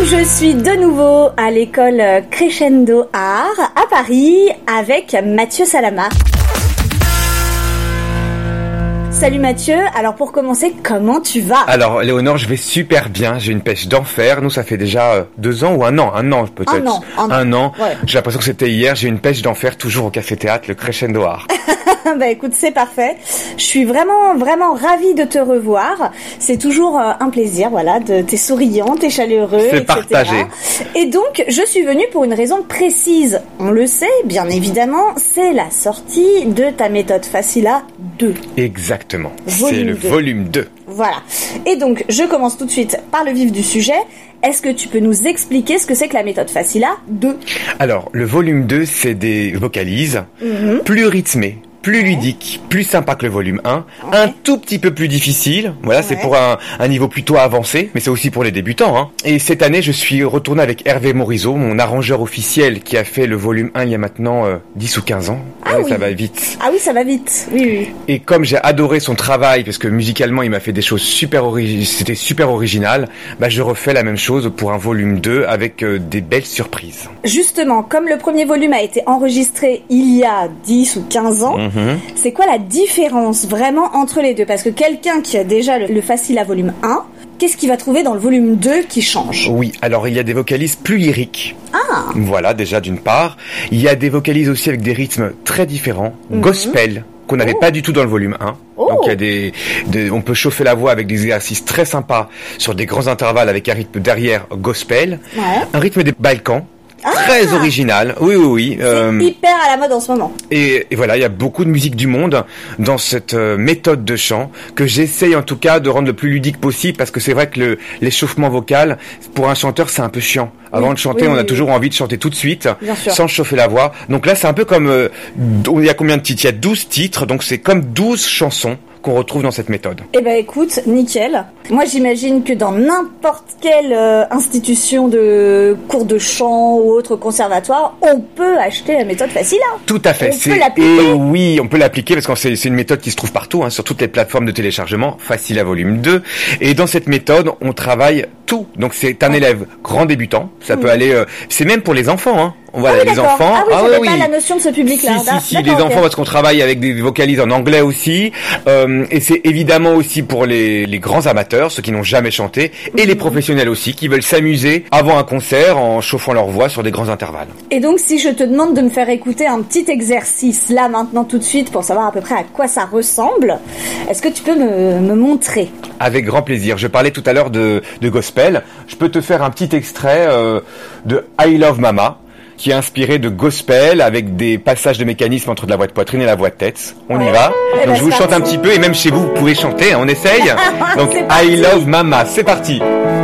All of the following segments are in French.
Je suis de nouveau à l'école Crescendo Art à Paris avec Mathieu Salama. Salut Mathieu, alors pour commencer, comment tu vas ? Alors Léonore, je vais super bien, j'ai une pêche d'enfer. Nous ça fait déjà 2 ans ou un an peut-être. Un an. Ouais. J'ai l'impression que c'était hier, j'ai une pêche d'enfer toujours au Café Théâtre, le Crescendo Art. Bah écoute, c'est parfait. Je suis vraiment ravie de te revoir. C'est toujours un plaisir, voilà, t'es souriant, t'es chaleureux, c'est etc. partagé. Et donc, je suis venue pour une raison précise. On le sait, bien évidemment, c'est la sortie de ta méthode Facila 2. Exactement. C'est le volume 2. Voilà. Et donc, je commence tout de suite par le vif du sujet. Est-ce que tu peux nous expliquer ce que c'est que la méthode Facila 2 ? Alors, le volume 2, c'est des vocalises plus rythmées, plus ludique, plus sympa que le volume 1, un tout petit peu plus difficile, voilà, c'est pour un niveau plutôt avancé, mais c'est aussi pour les débutants, hein. Et cette année, je suis retourné avec Hervé Morisot, mon arrangeur officiel, qui a fait le volume 1 il y a maintenant 10 ou 15 ans. Oui. Ça va vite. Ah oui, ça va vite, oui. Et comme j'ai adoré son travail, parce que musicalement, il m'a fait des choses c'était super original, bah, je refais la même chose pour un volume 2 avec des belles surprises. Justement, comme le premier volume a été enregistré il y a 10 ou 15 ans, c'est quoi la différence vraiment entre les deux ? Parce que quelqu'un qui a déjà le Facila volume 1, qu'est-ce qu'il va trouver dans le volume 2 qui change ? Oui, alors il y a des vocalises plus lyriques. Ah ! Voilà, déjà d'une part. Il y a des vocalises aussi avec des rythmes très différents, gospel, qu'on n'avait pas du tout dans le volume 1. Donc il y a on peut chauffer la voix avec des exercices très sympas sur des grands intervalles avec un rythme derrière gospel, un rythme des Balkans. Très original, oui. C'est hyper à la mode en ce moment. Et voilà, il y a beaucoup de musique du monde dans cette méthode de chant que j'essaye en tout cas de rendre le plus ludique possible parce que c'est vrai que l'échauffement vocal, pour un chanteur, c'est un peu chiant. Avant de chanter, on a toujours envie de chanter tout de suite, sans chauffer la voix. Donc là, c'est un peu comme... il y a combien de titres ? Il y a 12 titres, donc c'est comme 12 chansons qu'on retrouve dans cette méthode. Eh ben écoute, nickel. Moi j'imagine que dans n'importe quelle institution de cours de chant ou autre conservatoire, on peut acheter la méthode Facila. Tout à fait. On peut l'appliquer. Et oui, on peut l'appliquer parce que c'est une méthode qui se trouve partout, hein, sur toutes les plateformes de téléchargement, Facila volume 2. Et dans cette méthode, on travaille tout. Donc c'est un élève grand débutant, ça peut aller... c'est même pour les enfants, hein. Voilà, les enfants. Ah oui, j'avais pas la notion de ce public-là. Si, les enfants, parce qu'on travaille avec des vocalises en anglais aussi. Et c'est évidemment aussi pour les grands amateurs, ceux qui n'ont jamais chanté, et les professionnels aussi, qui veulent s'amuser avant un concert en chauffant leur voix sur des grands intervalles. Et donc, si je te demande de me faire écouter un petit exercice, là, maintenant, tout de suite, pour savoir à peu près à quoi ça ressemble, est-ce que tu peux me montrer ? Avec grand plaisir. Je parlais tout à l'heure de gospel. Je peux te faire un petit extrait de I Love Mama, qui est inspiré de gospel avec des passages de mécanisme entre de la voix de poitrine et la voix de tête. On y va. Donc je vous chante un petit peu et même chez vous, vous pouvez chanter, hein, on essaye. Donc I Love Mama, c'est parti.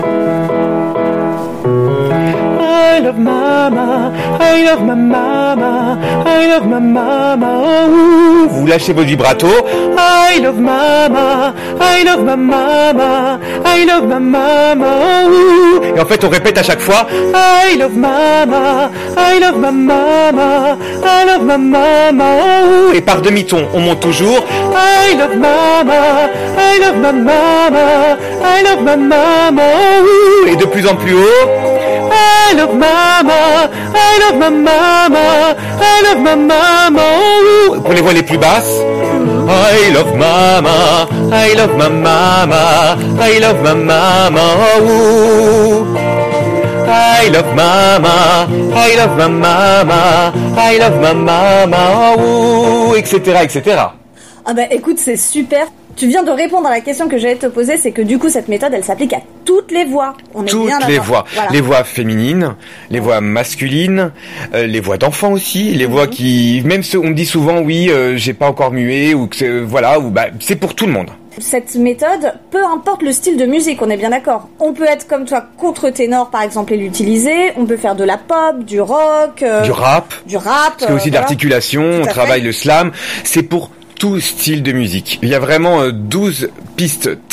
I love mama, I love my mama, I love my mama, oh. Vous lâchez vos vibratos. I love mama, I love my mama, I love my mama, oh. Et en fait, on répète à chaque fois. I love mama, I love my mama, I love my mama, oh. Et par demi-ton, on monte toujours. I love mama, I love my mama, I love my mama, oh. Et de plus en plus haut. I love mama, I love my mama, I love my mama, oh. Pour les voix les plus basses. I love mama, I love my mama, I love my mama, oh. I love mama, I love my mama, I love my mama, oh. Etc. Ah bah écoute, c'est super. Tu viens de répondre à la question que j'allais te poser, c'est que du coup cette méthode elle s'applique à toutes les voix. Toutes les voix, voilà. Les voix féminines, les voix masculines, les voix d'enfants aussi, les voix qui, même on me dit souvent oui, j'ai pas encore mué ou que voilà, ou bah c'est pour tout le monde. Cette méthode, peu importe le style de musique, on est bien d'accord. On peut être comme toi contre-ténor par exemple et l'utiliser. On peut faire de la pop, du rock, du rap. C'est aussi d'articulation. On travaille le slam. C'est pour tout style de musique. Il y a vraiment 12 pistes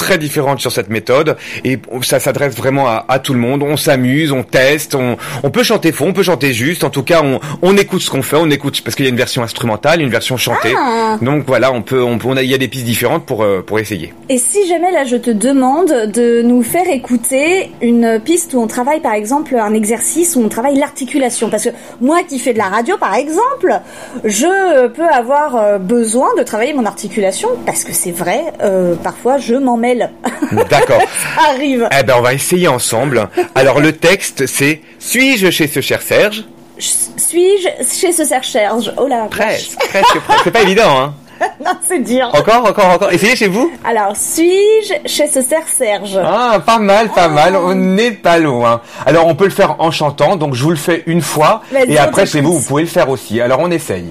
très différentes sur cette méthode et ça s'adresse vraiment à tout le monde. On s'amuse, on teste, on peut chanter faux, on peut chanter juste. En tout cas, on écoute ce qu'on fait, on écoute parce qu'il y a une version instrumentale, une version chantée. Donc voilà, il y a des pistes différentes pour essayer. Et si jamais là je te demande de nous faire écouter une piste où on travaille par exemple un exercice où on travaille l'articulation, parce que moi qui fais de la radio par exemple, je peux avoir besoin de travailler mon articulation parce que c'est vrai, parfois je m'en mêle. D'accord. Ça arrive. Eh ben on va essayer ensemble. Alors le texte c'est « Suis-je chez ce cher Serge ?» Suis-je chez ce cher Serge? Oh là. Presque. C'est pas évident, hein. Non, c'est dur. Encore. Essayez chez vous. Alors, suis-je chez ce cer Serge? Ah, pas mal. On n'est pas loin. Alors, on peut le faire en chantant. Donc, je vous le fais une fois. Vas-y, et après, chez vous pouvez le faire aussi. Alors, on essaye.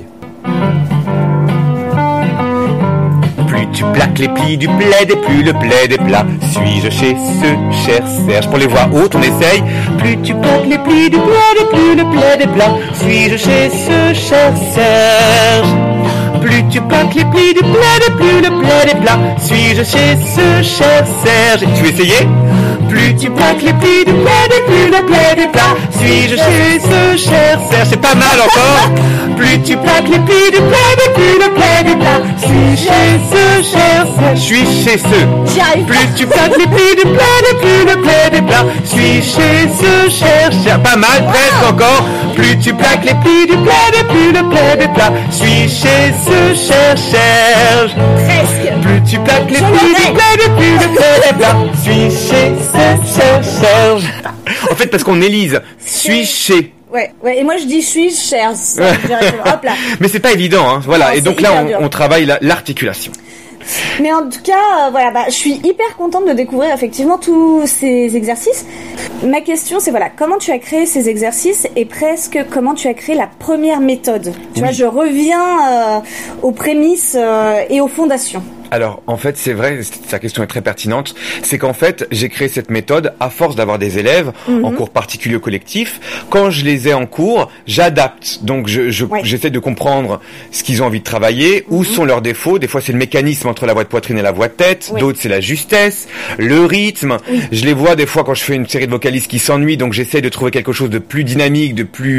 Plus tu plaques les plis du plaid et plus le plaid est plat. Suis-je chez ce cher Serge? Pour les voix hautes, on essaye. Plus tu plaques les plis du plaid et plus le plaid est plat. Suis-je chez ce cher Serge? Plus tu plaques les plis du plaid et plus le plaid est plat. Suis-je chez ce cher Serge? Tu veux essayer? Plus tu plaques les plis du plaid et plus le plaid est plat. Suis-je chez ce cher Serge? C'est pas mal encore. Plus tu plaques les plis du plaid et plus le plaid est plat. Suis-je chez ce cher Serge? Je suis chez ce. J'y arrive. Plus tu plaques les plis du plaid et plus le plaid est plat. Suis-je chez ce cher Serge? Pas mal, presque encore. Plus tu plaques les plis du plaid et plus le plaid est plat. Suis-je chez ce cher Serge? Presque. Plus tu plaques les plis du plaid et plus le plaid est plat. Suis-je chez ce cher Serge? En fait, parce qu'on élise. Suis-je chez. Ouais, et moi je dis suis-je cher. Hop là. Mais c'est pas évident, hein. Voilà. Non, et donc là, on travaille l'articulation. Mais en tout cas, je suis hyper contente de découvrir effectivement tous ces exercices. Ma question, c'est comment tu as créé ces exercices et presque comment tu as créé la première méthode. Tu vois, je reviens aux prémices et aux fondations. Alors, en fait, c'est vrai, ta question est très pertinente. C'est qu'en fait, j'ai créé cette méthode à force d'avoir des élèves en cours particulier ou collectif. Quand je les ai en cours, j'adapte. Donc, j'essaie de comprendre ce qu'ils ont envie de travailler, où sont leurs défauts. Des fois, c'est le mécanisme entre la voix de poitrine et la voix de tête. Oui. D'autres, c'est la justesse, le rythme. Oui. Je les vois des fois quand je fais une série de vocalistes qui s'ennuient. Donc, j'essaie de trouver quelque chose de plus dynamique,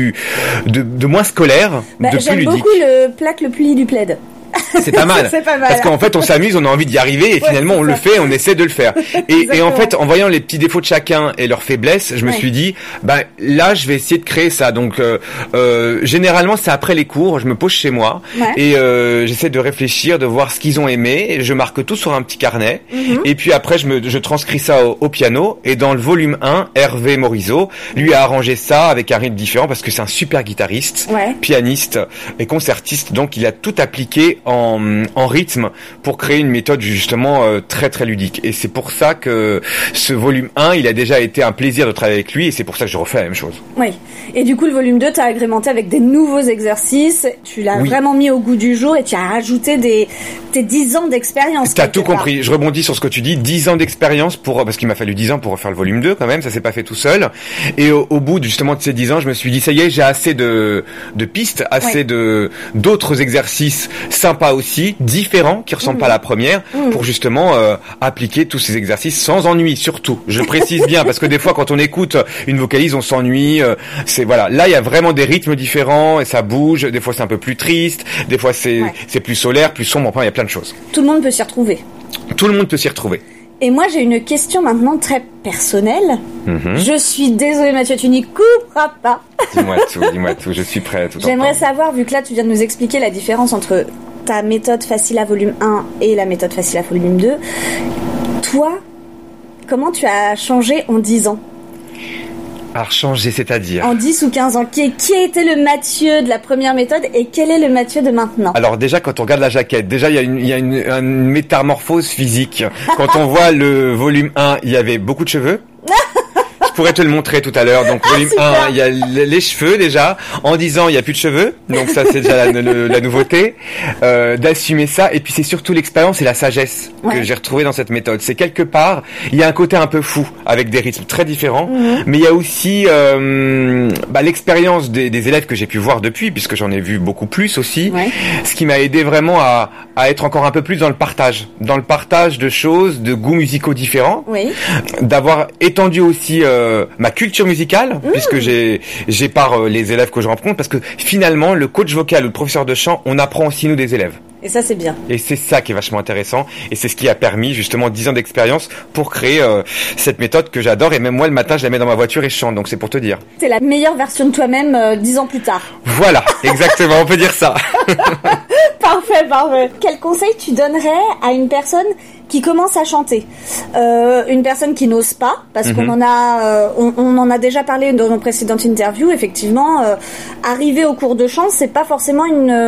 de moins scolaire, de plus ludique. J'aime beaucoup le plaque le pli du plaid. C'est pas mal. C'est pas mal. Parce qu'en fait, on s'amuse, on a envie d'y arriver et finalement, on le fait, on essaie de le faire. Et en fait, en voyant les petits défauts de chacun et leurs faiblesses, je me suis dit, là, je vais essayer de créer ça. Donc, généralement, c'est après les cours, je me pose chez moi et j'essaie de réfléchir, de voir ce qu'ils ont aimé. Je marque tout sur un petit carnet. Et puis après, je transcris ça au piano. Et dans le volume 1, Hervé Morisot, lui a arrangé ça avec un rythme différent parce que c'est un super guitariste, pianiste et concertiste. Donc, il a tout appliqué en rythme pour créer une méthode justement très très ludique. Et c'est pour ça que ce volume 1, il a déjà été un plaisir de travailler avec lui et c'est pour ça que je refais la même chose. Oui. Et du coup, le volume 2, tu as agrémenté avec des nouveaux exercices, tu l'as vraiment mis au goût du jour et tu as rajouté tes 10 ans d'expérience. T'as tout compris. Je rebondis sur ce que tu dis. 10 ans d'expérience parce qu'il m'a fallu 10 ans pour refaire le volume 2 quand même. Ça s'est pas fait tout seul. Et au bout justement de ces 10 ans, je me suis dit, ça y est, j'ai assez de pistes, assez d'autres exercices sympa aussi, différents, qui ressemblent pas à la première, pour justement appliquer tous ces exercices sans ennui, surtout. Je précise bien, parce que des fois, quand on écoute une vocalise, on s'ennuie. Là, il y a vraiment des rythmes différents et ça bouge. Des fois, c'est un peu plus triste. Des fois, c'est plus solaire, plus sombre. Enfin, il y a plein de choses. Tout le monde peut s'y retrouver. Tout le monde peut s'y retrouver. Et moi, j'ai une question maintenant très personnelle. Je suis désolée, Mathieu, tu n'y couperas pas. Dis-moi tout. Je suis prêt à tout entendre. J'aimerais savoir, vu que là, tu viens de nous expliquer la différence entre ta méthode facile à volume 1 et la méthode facile à volume 2. Toi, comment tu as changé en 10 ans? Alors changer, c'est-à-dire en 10 ou 15 ans, qui a été le Mathieu de la première méthode et quel est le Mathieu de maintenant? Alors déjà, quand on regarde la jaquette, déjà il y a une métamorphose physique. Quand on voit le volume 1, il y avait beaucoup de cheveux. Je pourrais te le montrer tout à l'heure. Donc volume 1, il y a les cheveux déjà. En 10 ans, il y a plus de cheveux. Donc ça, c'est déjà la nouveauté. D'assumer ça. Et puis c'est surtout l'expérience et la sagesse que j'ai retrouvée dans cette méthode. C'est quelque part, il y a un côté un peu fou avec des rythmes très différents. Mais il y a aussi l'expérience des élèves que j'ai pu voir depuis, puisque j'en ai vu beaucoup plus aussi. Ce qui m'a aidé vraiment à être encore un peu plus dans le partage de choses, de goûts musicaux différents, d'avoir étendu aussi ma culture musicale, puisque j'ai par les élèves que je rencontre, parce que finalement le coach vocal ou le professeur de chant, on apprend aussi nous des élèves. Et ça, c'est bien. Et c'est ça qui est vachement intéressant. Et c'est ce qui a permis, justement, 10 ans d'expérience pour créer cette méthode que j'adore. Et même moi, le matin, je la mets dans ma voiture et je chante. Donc, c'est pour te dire. C'est la meilleure version de toi-même 10 ans plus tard. Voilà, exactement. On peut dire ça. Parfait. Quel conseil tu donnerais à une personne qui commence à chanter, une personne qui n'ose pas, parce qu'on en a, on en a déjà parlé dans nos précédentes interviews. Effectivement, arriver au cours de chant, c'est pas forcément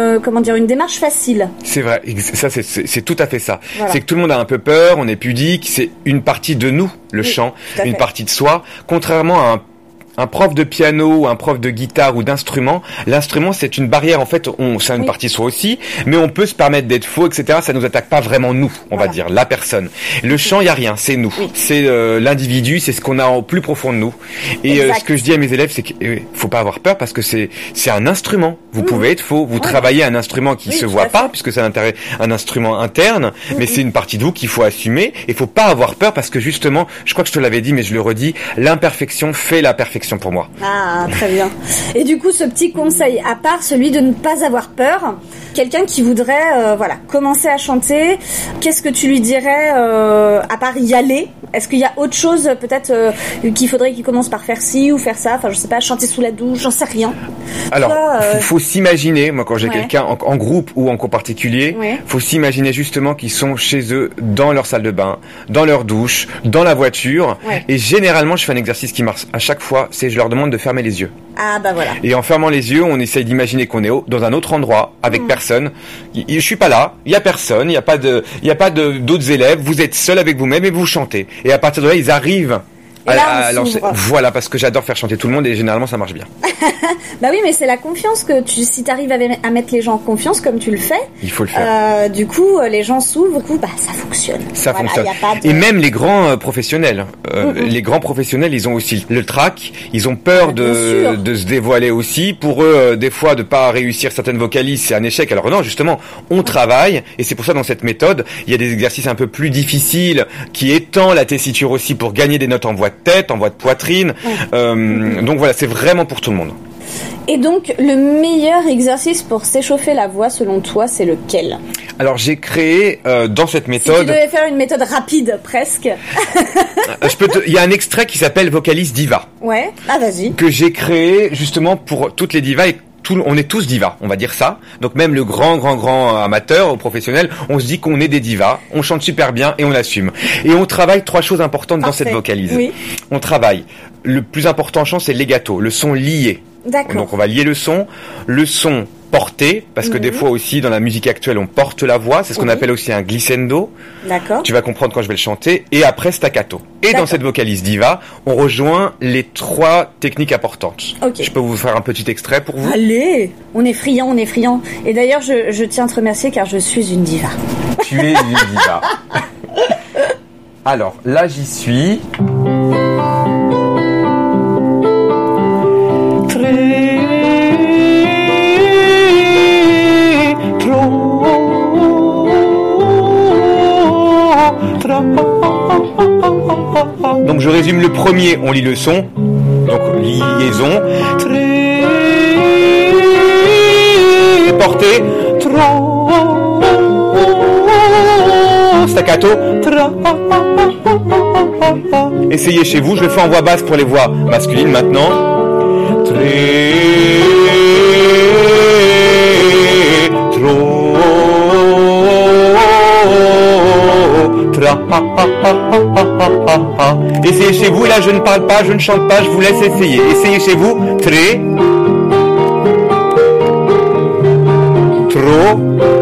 une démarche facile. C'est vrai, ça c'est tout à fait ça. Voilà. C'est que tout le monde a un peu peur, on est pudique, c'est une partie de nous, le chant, une partie de soi, contrairement à un prof de piano ou un prof de guitare ou d'instrument. L'instrument, c'est une barrière, en fait, c'est une partie de soi aussi, mais on peut se permettre d'être faux, etc. Ça nous attaque pas vraiment nous, on va dire, la personne. Le chant, il y a rien, c'est nous. C'est l'individu, c'est ce qu'on a au plus profond de nous. Et ce que je dis à mes élèves, c'est qu'il faut pas avoir peur parce que c'est un instrument. Vous pouvez être faux, vous travaillez un instrument qui se voit pas, puisque c'est un instrument interne, mais c'est une partie de vous qu'il faut assumer. Et faut pas avoir peur parce que justement, je crois que je te l'avais dit, mais je le redis, l'imperfection fait la perfection pour moi. Ah, très bien. Et du coup, ce petit conseil, à part celui de ne pas avoir peur, quelqu'un qui voudrait commencer à chanter, qu'est-ce que tu lui dirais à part y aller? Est-ce qu'il y a autre chose peut-être qu'il faudrait qu'il commence par faire ci ou faire ça? Enfin, je sais pas, chanter sous la douche, j'en sais rien. Alors, faut s'imaginer, moi quand j'ai quelqu'un en groupe ou en cours particulier, faut s'imaginer justement qu'ils sont chez eux, dans leur salle de bain, dans leur douche, dans la voiture. Et généralement, je fais un exercice qui marche à chaque fois, c'est je leur demande de fermer les yeux. Ah bah voilà. Et en fermant les yeux, on essaye d'imaginer qu'on est dans un autre endroit, avec personne. Je suis pas là, il y a personne, il y a pas d'autres élèves, vous êtes seul avec vous-même et vous chantez. Et à partir de là, ils arrivent à lancer. Voilà, parce que j'adore faire chanter tout le monde et généralement ça marche bien. Bah oui, mais c'est la confiance que si t'arrives à mettre les gens en confiance comme tu le fais, il faut le faire. Du coup, les gens s'ouvrent, du coup, ça fonctionne. Ça fonctionne. Et même les grands professionnels, les grands professionnels, ils ont aussi le trac, ils ont peur de se dévoiler aussi. Pour eux, des fois, de pas réussir certaines vocalises, c'est un échec. Alors non, justement, on travaille et c'est pour ça dans cette méthode, il y a des exercices un peu plus difficiles qui étendent la tessiture aussi pour gagner des notes en voix de tête, en voix de poitrine. Donc voilà, c'est vraiment pour tout le monde. Et donc, le meilleur exercice pour s'échauffer la voix, selon toi, c'est lequel? Alors, j'ai créé dans cette méthode... Si tu devais faire une méthode rapide, presque. Il y a un extrait qui s'appelle Vocalise Diva. Ouais, vas-y. Que j'ai créé justement pour toutes les divas et on est tous divas, on va dire ça. Donc même le grand amateur ou professionnel, on se dit qu'on est des divas, on chante super bien et on assume. Et on travaille 3 choses importantes dans cette vocalise. Oui. On travaille. Le plus important en chant, c'est le legato, le son lié. D'accord. Donc on va lier le son porté, parce que des fois aussi dans la musique actuelle on porte la voix, c'est ce qu'on appelle aussi un glissando. D'accord. Tu vas comprendre quand je vais le chanter, et après staccato. Et dans cette vocalise diva, on rejoint les 3 techniques importantes. Okay. Je peux vous faire un petit extrait pour vous? Allez, on est friand. Et d'ailleurs je tiens à te remercier car je suis une diva. Tu es une diva. Alors là j'y suis. Donc je résume le premier, on lit le son, donc liaison, porté, staccato, essayez chez vous, je le fais en voix basse pour les voix masculines maintenant. Essayez chez vous, là je ne parle pas, je ne chante pas, je vous laisse essayer. Essayez chez vous, tro,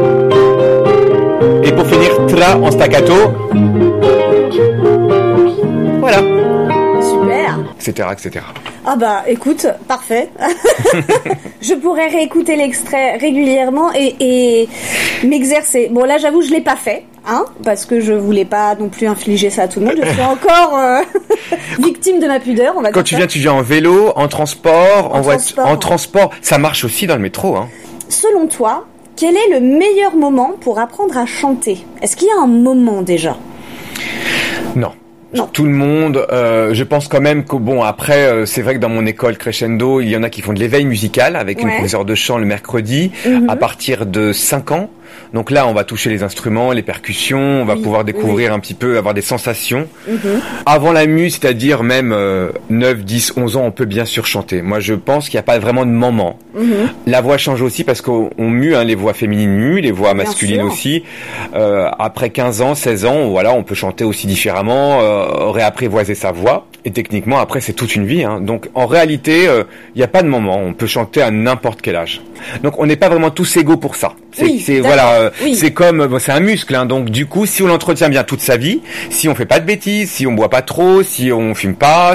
et pour finir, tra en staccato. Voilà. Super. etc., etc. Ah bah écoute, parfait. Je pourrais réécouter l'extrait régulièrement et m'exercer. Bon là j'avoue je l'ai pas fait, parce que je voulais pas non plus infliger ça à tout le monde. Je suis encore victime de ma pudeur, on va dire. Quand tu viens en vélo, en transport, en transport, ça marche aussi dans le métro. Selon toi, quel est le meilleur moment pour apprendre à chanter? Est-ce qu'il y a un moment déjà? Non. Tout le monde, je pense quand même que après, c'est vrai que dans mon école Crescendo, il y en a qui font de l'éveil musical avec une professeure de chant le mercredi à partir de 5 ans. Donc là, on va toucher les instruments, les percussions, on va pouvoir découvrir un petit peu, avoir des sensations. Avant la mue, c'est-à-dire même 9, 10, 11 ans, on peut bien sûr chanter. Moi, je pense qu'il n'y a pas vraiment de moment. La voix change aussi parce qu'on mue, les voix féminines muent, les voix masculines aussi. Après 15 ans, 16 ans, voilà, on peut chanter aussi différemment, réapprivoiser sa voix. Et techniquement, après, c'est toute une vie. Donc, en réalité, il n'y a pas de moment. On peut chanter à n'importe quel âge. Donc, on n'est pas vraiment tous égaux pour ça. C'est comme, c'est un muscle. Donc, du coup, si on l'entretient bien toute sa vie, si on fait pas de bêtises, si on boit pas trop, si on fume pas,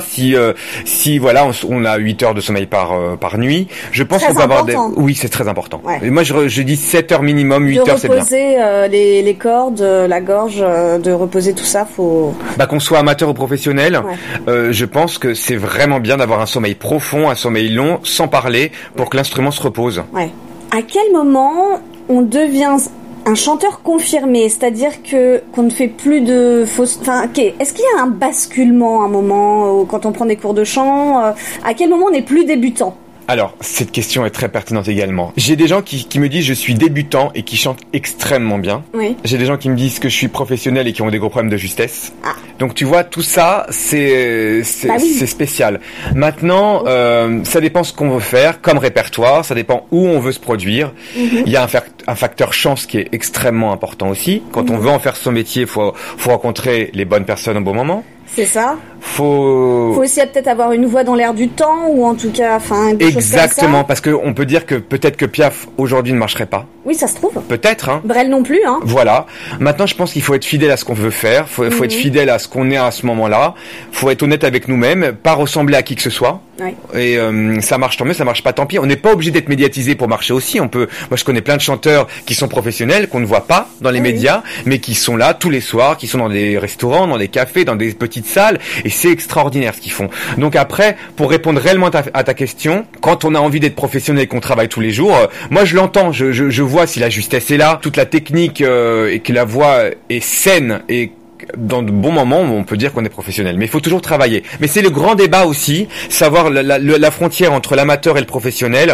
si voilà, on a 8 heures de sommeil par nuit, je pense qu'on peut avoir Oui, c'est très important. Ouais. Et moi, je dis 7 heures minimum, 8 heures, c'est bien. De reposer les cordes, la gorge, de reposer tout ça, faut... qu'on soit amateur ou professionnel, je pense que c'est vraiment bien d'avoir un sommeil profond, un sommeil long, sans parler, pour que l'instrument se repose. Ouais. À quel moment on devient un chanteur confirmé, c'est-à-dire qu'on ne fait plus de fausses... est-ce qu'il y a un basculement, un moment, quand on prend des cours de chant, à quel moment on n'est plus débutant? Alors, cette question est très pertinente également. J'ai des gens qui me disent je suis débutant et qui chantent extrêmement bien. Oui. J'ai des gens qui me disent que je suis professionnel et qui ont des gros problèmes de justesse. Ah. Donc tu vois, tout ça, c'est spécial. Maintenant, ça dépend ce qu'on veut faire comme répertoire, ça dépend où on veut se produire. Il y a un facteur chance qui est extrêmement important aussi. Quand on veut en faire son métier, faut rencontrer les bonnes personnes au bon moment. C'est ça. Faut aussi peut-être avoir une voix dans l'air du temps, ou en tout cas, exactement, parce que on peut dire que peut-être que Piaf aujourd'hui ne marcherait pas. Oui, ça se trouve. Peut-être. Brel non plus. Voilà. Maintenant, je pense qu'il faut être fidèle à ce qu'on veut faire. Faut être fidèle à ce qu'on est à ce moment-là. Faut être honnête avec nous-mêmes, pas ressembler à qui que ce soit. Oui. Et ça marche tant mieux, ça marche pas tant pis. On n'est pas obligé d'être médiatisé pour marcher aussi. Moi, je connais plein de chanteurs qui sont professionnels, qu'on ne voit pas dans les médias, mais qui sont là tous les soirs, qui sont dans des restaurants, dans des cafés, dans des petites salles, et c'est extraordinaire ce qu'ils font. Donc après, pour répondre réellement à ta question, quand on a envie d'être professionnel et qu'on travaille tous les jours, moi je l'entends, je vois si la justesse est là, toute la technique et que la voix est saine et dans de bons moments, on peut dire qu'on est professionnel. Mais il faut toujours travailler. Mais c'est le grand débat aussi, savoir la frontière entre l'amateur et le professionnel.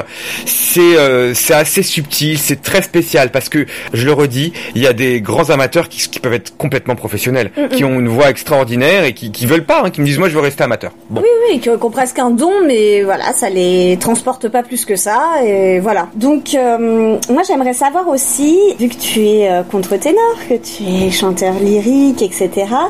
C'est assez subtil, c'est très spécial parce que, je le redis, il y a des grands amateurs qui peuvent être complètement professionnels, qui ont une voix extraordinaire et qui veulent pas, qui me disent moi je veux rester amateur. Bon. Oui, qui ont presque un don, mais voilà, ça les transporte pas plus que ça, et voilà. Donc moi j'aimerais savoir aussi, vu que tu es contre-ténor, que tu es chanteur lyrique, etc.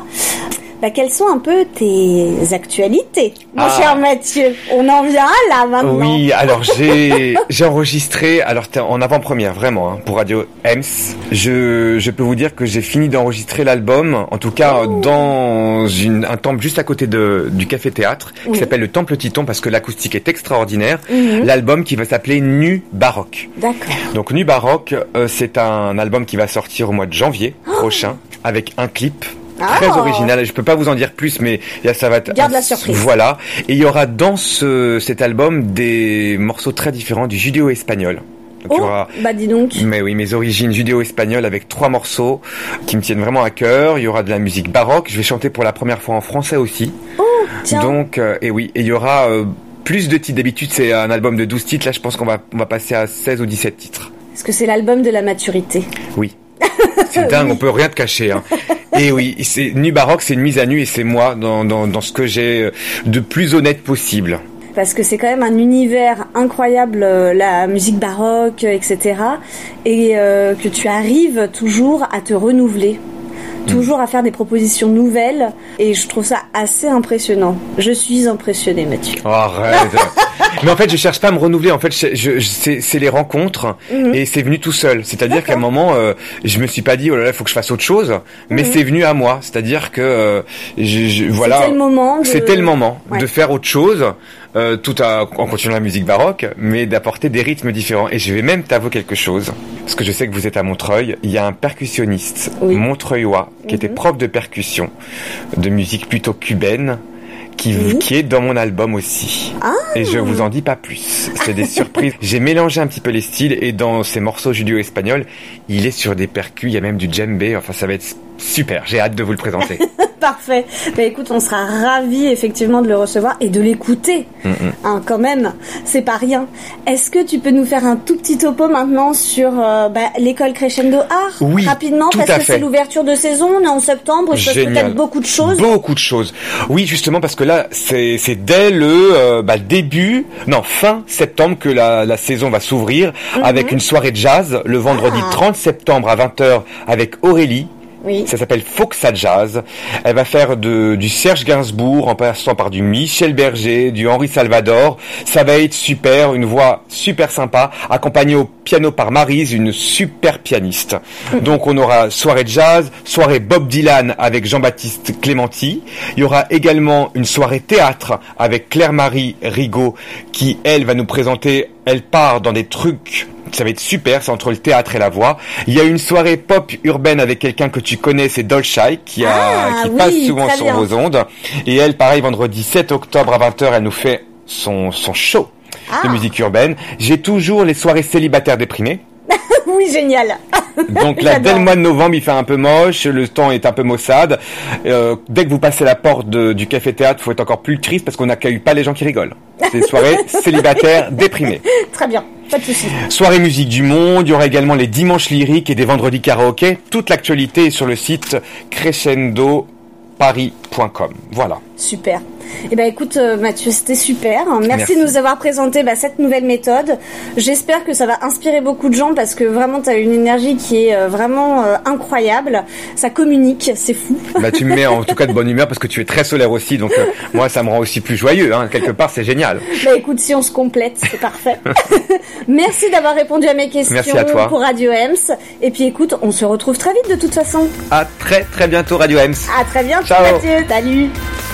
Quelles sont un peu tes actualités, mon cher Mathieu? On en vient là maintenant. Oui, alors j'ai enregistré, en avant-première vraiment, pour Radio Ems. Je peux vous dire que j'ai fini d'enregistrer l'album, en tout cas dans un temple juste à côté du Café Théâtre, qui s'appelle le Temple Titon, parce que l'acoustique est extraordinaire. L'album qui va s'appeler Nu Baroque. D'accord. Donc Nu Baroque, c'est un album qui va sortir au mois de janvier prochain, avec un clip très original. Je peux pas vous en dire plus, mais ça va être... Garde la surprise. Voilà. Et il y aura dans cet album des morceaux très différents du judéo-espagnol. Donc, il y aura, dis donc. Mais oui, mes origines judéo-espagnoles avec 3 morceaux qui me tiennent vraiment à cœur. Il y aura de la musique baroque. Je vais chanter pour la première fois en français aussi. Oh, tiens. Donc, et il y aura plus de titres. D'habitude, c'est un album de 12 titres. Là, je pense qu'on va passer à 16 ou 17 titres. Est-ce que c'est l'album de la maturité? Oui. C'est dingue, on peut rien te cacher. Et oui, c'est Nu Baroque, c'est une mise à nu et c'est moi dans ce que j'ai de plus honnête possible. Parce que c'est quand même un univers incroyable, la musique baroque, etc. Et que tu arrives toujours à te renouveler, toujours à faire des propositions nouvelles. Et je trouve ça assez impressionnant. Je suis impressionnée, Mathieu. Arrête. Mais en fait, je cherche pas à me renouveler. En fait, c'est les rencontres et c'est venu tout seul. C'est-à-dire qu'à un moment, je me suis pas dit, oh là là, faut que je fasse autre chose. Mais c'est venu à moi. C'est-à-dire que, voilà. C'était le moment de faire autre chose. En continuant la musique baroque, mais d'apporter des rythmes différents. Et je vais même t'avouer quelque chose, parce que je sais que vous êtes à Montreuil. Il y a un percussionniste montreuillois qui était prof de percussion, de musique plutôt cubaine, qui est dans mon album aussi. Et je vous en dis pas plus. C'est des surprises. J'ai mélangé un petit peu les styles et dans ces morceaux judéo-espagnols, il est sur des percus, il y a même du djembé. Enfin, ça va être super. J'ai hâte de vous le présenter. Parfait. Bah écoute, on sera ravis effectivement de le recevoir et de l'écouter. Quand même, c'est pas rien. Est-ce que tu peux nous faire un tout petit topo maintenant sur l'école Crescendo Art? Oui, rapidement, tout parce à que fait. C'est l'ouverture de saison, on est en septembre, il se passe peut-être beaucoup de choses. Beaucoup de choses. Oui, justement, parce que là, c'est dès fin septembre que la saison va s'ouvrir avec une soirée de jazz le vendredi 30 septembre à 20h avec Aurélie. Oui. Ça s'appelle Foxa Jazz. Elle va faire du Serge Gainsbourg en passant par du Michel Berger, du Henri Salvador. Ça va être super, une voix super sympa, accompagnée au piano par Maryse, une super pianiste. Donc on aura soirée de jazz, soirée Bob Dylan avec Jean-Baptiste Clémenti. Il y aura également une soirée théâtre avec Claire-Marie Rigaud qui, elle, va nous présenter, elle part dans des trucs. Ça va être super, c'est entre le théâtre et la voix. Il y a une soirée pop urbaine avec quelqu'un que tu connais, c'est Dolchai, qui passe souvent sur vos ondes. Et elle, pareil, vendredi 7 octobre à 20h, elle nous fait son show de musique urbaine. J'ai toujours les soirées célibataires déprimées. Oui, génial. Donc là, dès le mois de novembre, il fait un peu moche, le temps est un peu maussade. Dès que vous passez la porte du café-théâtre, faut être encore plus triste parce qu'on n'accueille pas les gens qui rigolent. C'est des soirées célibataires déprimées. Très bien, pas de souci. Soirée musique du monde, il y aura également les dimanches lyriques et des vendredis karaoké. Toute l'actualité est sur le site crescendoparis.com. Voilà. Super. Eh ben écoute Mathieu, c'était super. Merci de nous avoir présenté cette nouvelle méthode. J'espère que ça va inspirer beaucoup de gens parce que vraiment tu as une énergie qui est vraiment incroyable. Ça communique, c'est fou. Tu me mets en tout cas de bonne humeur parce que tu es très solaire aussi, donc moi ça me rend aussi plus joyeux. Quelque part c'est génial. Écoute, si on se complète, c'est parfait. Merci d'avoir répondu à mes questions. Merci à toi. Pour Radio Ems. Et puis écoute, on se retrouve très vite de toute façon. À très très bientôt Radio Ems. À très bientôt. Ciao. Mathieu. Salut.